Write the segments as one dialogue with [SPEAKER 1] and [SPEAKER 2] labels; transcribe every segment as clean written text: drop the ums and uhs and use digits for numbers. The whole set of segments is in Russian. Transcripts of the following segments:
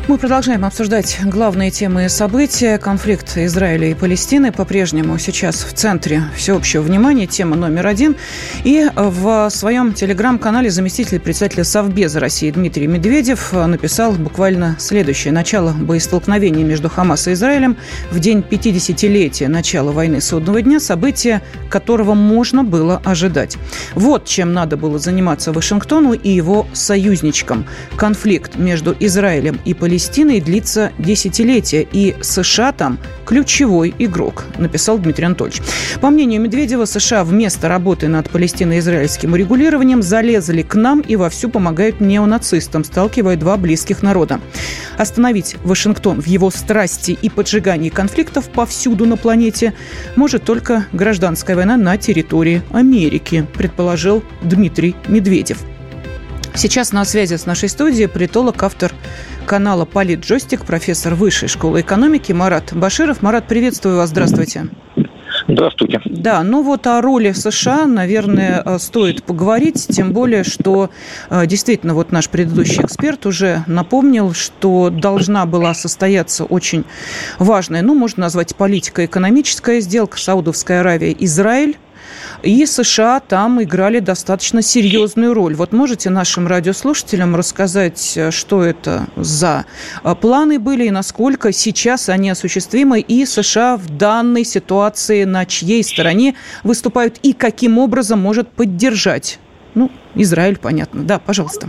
[SPEAKER 1] Мы продолжаем обсуждать главные темы и события. Конфликт Израиля и Палестины по-прежнему сейчас в центре всеобщего внимания. Тема номер один. И в своем телеграм-канале заместитель председателя Совбеза России Дмитрий Медведев написал буквально следующее. Начало боестолкновений между Хамас и Израилем в день 50-летия начала войны Судного дня, событие которого можно было ожидать. Вот чем надо было заниматься Вашингтону и его союзничкам. Конфликт между Израилем и Палестиной длится десятилетия, и США там ключевой игрок, написал Дмитрий Анатольевич. По мнению Медведева, США вместо работы над палестино-израильским урегулированием залезли к нам и вовсю помогают неонацистам, сталкивая два близких народа. Остановить Вашингтон в его страсти и поджигании конфликтов повсюду на планете может только гражданская война на территории Америки, предположил Дмитрий Медведев. Сейчас на связи с нашей студией политолог, автор канала «Политджойстик», профессор Высшей школы экономики Марат Баширов. Марат, приветствую вас, здравствуйте.
[SPEAKER 2] Здравствуйте.
[SPEAKER 1] Да, ну вот о роли США, наверное, стоит поговорить, тем более, что действительно вот наш предыдущий эксперт уже напомнил, что должна была состояться очень важная, можно назвать политико-экономическая сделка Саудовская Аравия, Израиль. И США там играли достаточно серьезную роль. Вот можете нашим радиослушателям рассказать, что это за планы были и насколько сейчас они осуществимы, и США в данной ситуации на чьей стороне выступают и каким образом может поддержать? Израиль, понятно. Да, пожалуйста.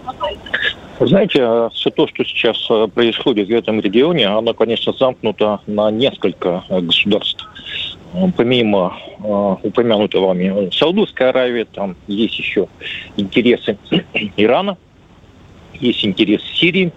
[SPEAKER 2] Вы знаете, все то, что сейчас происходит в этом регионе, оно, конечно, замкнуто на несколько государств. Помимо упомянутой вами Саудовской Аравии, там есть еще интересы Ирана, есть интерес Сирии.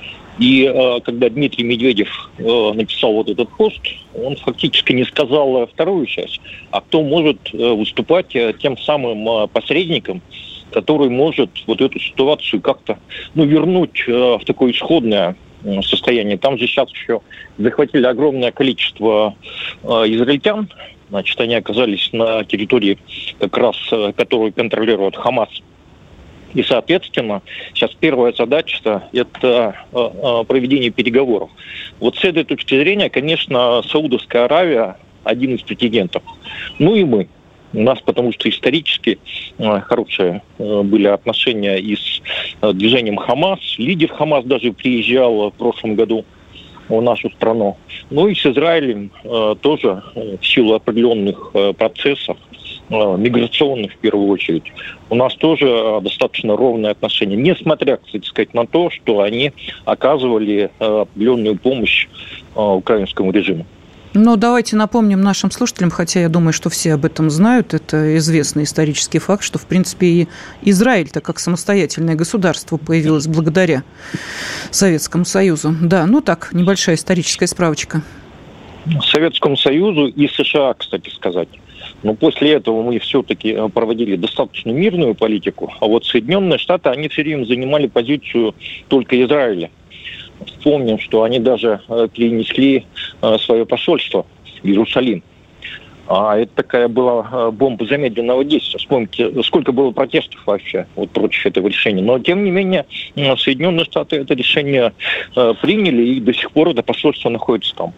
[SPEAKER 2] И когда Дмитрий Медведев написал вот этот пост, он фактически не сказал вторую часть, а кто может выступать тем самым посредником, который может вот эту ситуацию как-то вернуть в такое исходное состояние. Там же сейчас еще захватили огромное количество израильтян. Значит, они оказались на территории, как раз, которую контролирует Хамас. И, соответственно, сейчас первая задача – это проведение переговоров. Вот с этой точки зрения, конечно, Саудовская Аравия – один из претендентов. И мы. У нас, потому что исторически хорошие были отношения и с движением Хамас. Лидер Хамас даже приезжал в прошлом году в нашу страну. И с Израилем тоже в силу определенных процессов, миграционных в первую очередь, у нас тоже достаточно ровные отношения. Несмотря, кстати сказать, на то, что они оказывали определенную помощь украинскому режиму.
[SPEAKER 1] Давайте напомним нашим слушателям, хотя я думаю, что все об этом знают, это известный исторический факт, что, в принципе, и Израиль-то как самостоятельное государство появилось благодаря Советскому Союзу. Да, небольшая историческая справочка.
[SPEAKER 2] Советскому Союзу и США, кстати сказать. Но после этого мы все-таки проводили достаточно мирную политику, а вот Соединенные Штаты, они все время занимали позицию только Израиля. Вспомним, что они даже перенесли свое посольство в Иерусалим. Это такая была бомба замедленного действия. Вспомните, сколько было протестов вообще против этого решения. Но, тем не менее, Соединенные Штаты это решение приняли, и до сих пор это посольство находится там.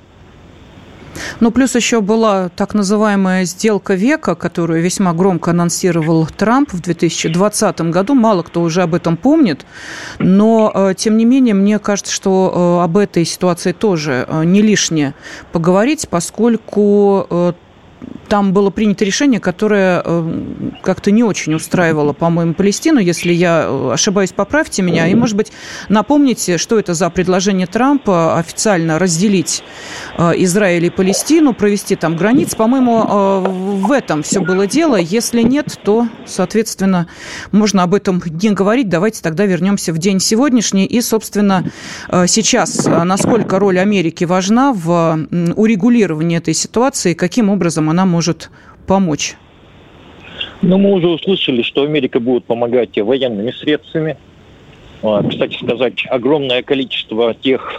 [SPEAKER 1] Плюс еще была так называемая сделка века, которую весьма громко анонсировал Трамп в 2020 году. Мало кто уже об этом помнит, но, тем не менее, мне кажется, что об этой ситуации тоже не лишнее поговорить, поскольку там было принято решение, которое как-то не очень устраивало, по-моему, Палестину. Если я ошибаюсь, поправьте меня. И, может быть, напомните, что это за предложение Трампа официально разделить Израиль и Палестину, провести там границы. По-моему, в этом все было дело. Если нет, то, соответственно, можно об этом не говорить. Давайте тогда вернемся в день сегодняшний. И, собственно, сейчас, насколько роль Америки важна в урегулировании этой ситуации, каким образом она может помочь?
[SPEAKER 2] Мы уже услышали, что Америка будет помогать военными средствами. Кстати сказать, огромное количество тех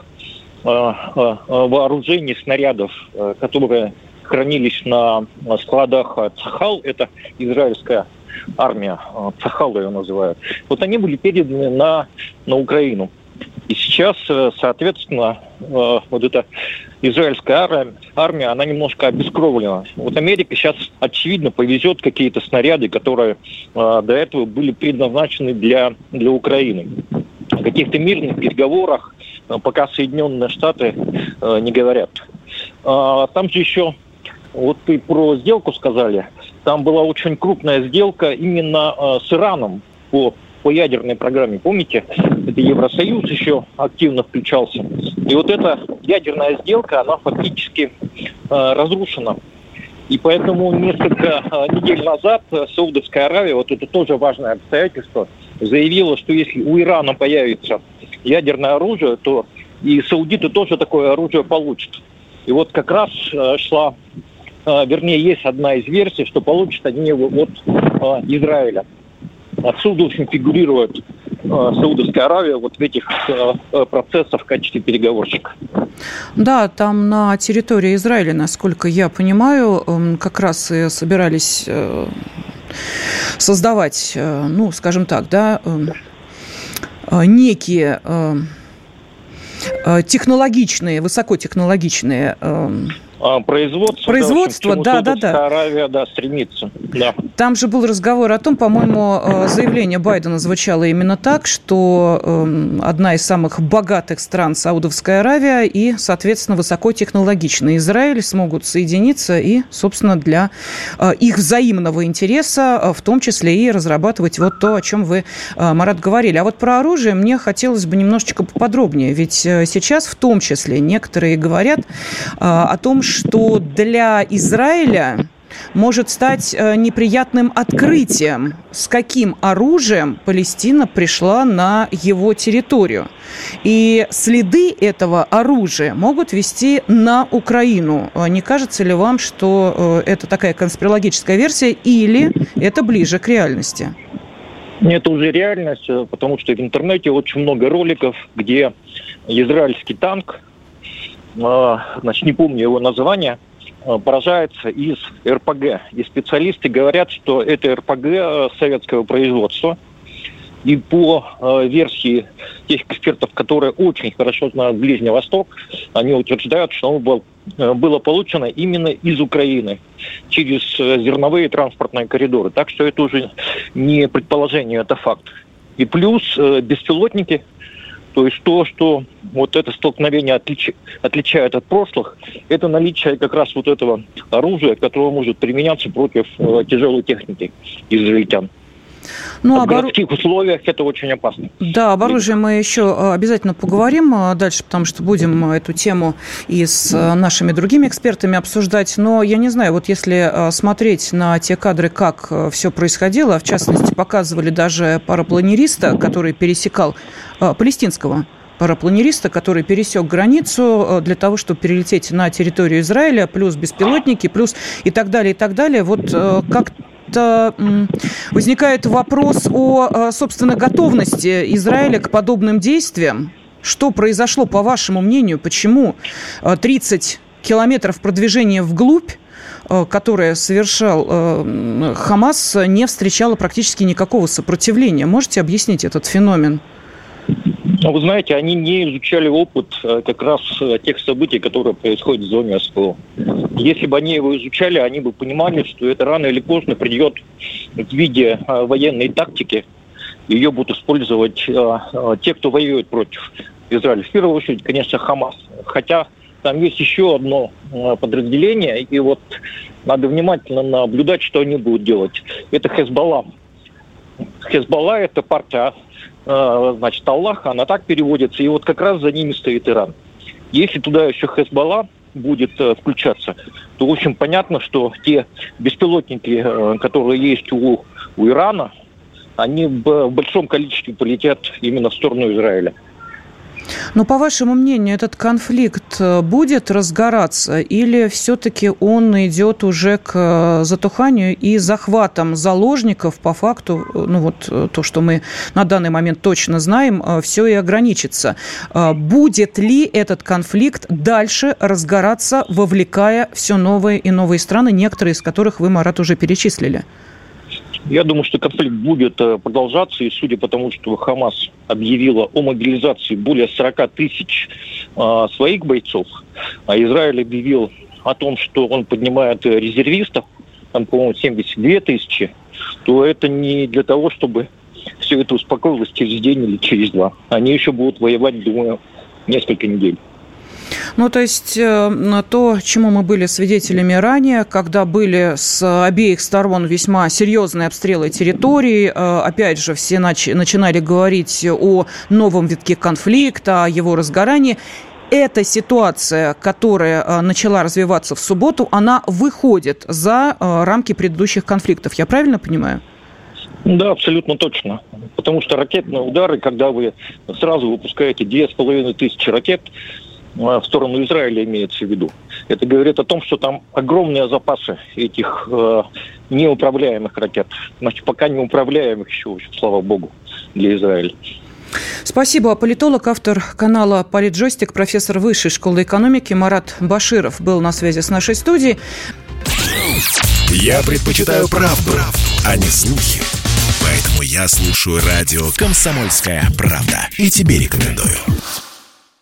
[SPEAKER 2] вооружений, снарядов, которые хранились на складах Цахал, это израильская армия, Цахал ее называют, они были переданы на Украину. И сейчас, соответственно, вот эта израильская армия, она немножко обескровлена. Вот Америка сейчас, очевидно, повезет какие-то снаряды, которые до этого были предназначены для Украины. О каких-то мирных переговорах пока Соединенные Штаты не говорят. Там же еще, вот вы про сделку сказали, там была очень крупная сделка именно с Ираном по ядерной программе. Помните, это Евросоюз еще активно включался. И вот эта ядерная сделка, она фактически разрушена. И поэтому несколько недель назад Саудовская Аравия, вот это тоже важное обстоятельство, заявила, что если у Ирана появится ядерное оружие, то и саудиты тоже такое оружие получат. И вот как раз есть одна из версий, что получат они его от Израиля. Отсюда, в общем, фигурирует Саудовская Аравия вот в этих процессах в качестве переговорщика.
[SPEAKER 1] Да, там на территории Израиля, насколько я понимаю, как раз и собирались создавать, ну, скажем так, да, некие технологичные, высокотехнологичные производство, да.
[SPEAKER 2] Аравия, стремится. Да.
[SPEAKER 1] Там же был разговор о том, по-моему, заявление Байдена звучало именно так, что одна из самых богатых стран Саудовская Аравия и, соответственно, высокотехнологичный Израиль смогут соединиться и, собственно, для их взаимного интереса, в том числе и разрабатывать вот то, о чем вы, Марат, говорили. А вот про оружие мне хотелось бы немножечко поподробнее, ведь сейчас в том числе некоторые говорят о том, что для Израиля может стать неприятным открытием, с каким оружием Палестина пришла на его территорию. И следы этого оружия могут вести на Украину. Не кажется ли вам, что это такая конспирологическая версия или это ближе к реальности?
[SPEAKER 2] Это уже реальность, потому что в интернете очень много роликов, где израильский танк, не помню его название, поражается из РПГ. И специалисты говорят, что это РПГ советского производства. И по версии тех экспертов, которые очень хорошо знают Ближний Восток, они утверждают, что оно было получено именно из Украины через зерновые транспортные коридоры. Так что это уже не предположение, это факт. И плюс беспилотники. То есть то, что вот это столкновение отличает от прошлых, это наличие как раз вот этого оружия, которое может применяться против тяжелой техники израильтян. В городских условиях это очень опасно.
[SPEAKER 1] Да, об оружии мы еще обязательно поговорим дальше, потому что будем эту тему и с нашими другими экспертами обсуждать. Но я не знаю, вот если смотреть на те кадры, как все происходило, в частности, показывали даже парапланериста, который пересекал палестинского парапланериста, который пересек границу для того, чтобы перелететь на территорию Израиля, плюс беспилотники, плюс и так далее, и так далее. Вот как возникает вопрос о, собственно, готовности Израиля к подобным действиям. Что произошло, по вашему мнению? Почему 30 километров продвижения вглубь, которое совершал Хамас, не встречало практически никакого сопротивления? Можете объяснить этот феномен?
[SPEAKER 2] Вы знаете, они не изучали опыт как раз тех событий, которые происходят в зоне СПО. Если бы они его изучали, они бы понимали, что это рано или поздно придет в виде военной тактики. Ее будут использовать те, кто воюет против Израиля. В первую очередь, конечно, Хамас. Хотя там есть еще одно подразделение, и вот надо внимательно наблюдать, что они будут делать. Это Хезболла. Хезболла – это партия, Аллаха, она так переводится, и вот как раз за ними стоит Иран. Если туда еще Хезболла будет включаться, то, в общем, понятно, что те беспилотники, которые есть у Ирана, они в большом количестве полетят именно в сторону Израиля.
[SPEAKER 1] Но, по вашему мнению, этот конфликт будет разгораться или все-таки он идет уже к затуханию и захватам заложников по факту, ну вот то, что мы на данный момент точно знаем, все и ограничится. Будет ли этот конфликт дальше разгораться, вовлекая все новые и новые страны, некоторые из которых вы, Марат, уже перечислили?
[SPEAKER 2] Я думаю, что конфликт будет продолжаться, и судя по тому, что Хамас объявила о мобилизации более 40 тысяч своих бойцов, а Израиль объявил о том, что он поднимает резервистов, там, по-моему, 72 тысячи, то это не для того, чтобы все это успокоилось через день или через два. Они еще будут воевать, думаю, несколько недель.
[SPEAKER 1] Ну, то есть то, чему мы были свидетелями ранее, когда были с обеих сторон весьма серьезные обстрелы территории, опять же, все начинали говорить о новом витке конфликта, о его разгорании. Эта ситуация, которая начала развиваться в субботу, она выходит за рамки предыдущих конфликтов. Я правильно понимаю?
[SPEAKER 2] Да, абсолютно точно. Потому что ракетные удары, когда вы сразу выпускаете 2500 ракет, в сторону Израиля имеется в виду. Это говорит о том, что там огромные запасы этих неуправляемых ракет. Значит, пока неуправляемых еще, слава богу, для Израиля.
[SPEAKER 1] Спасибо. Политолог, автор канала «Политджойстик», профессор Высшей школы экономики Марат Баширов был на связи с нашей студией.
[SPEAKER 3] Я предпочитаю правду, а не слухи. Поэтому я слушаю радио «Комсомольская правда». И тебе рекомендую.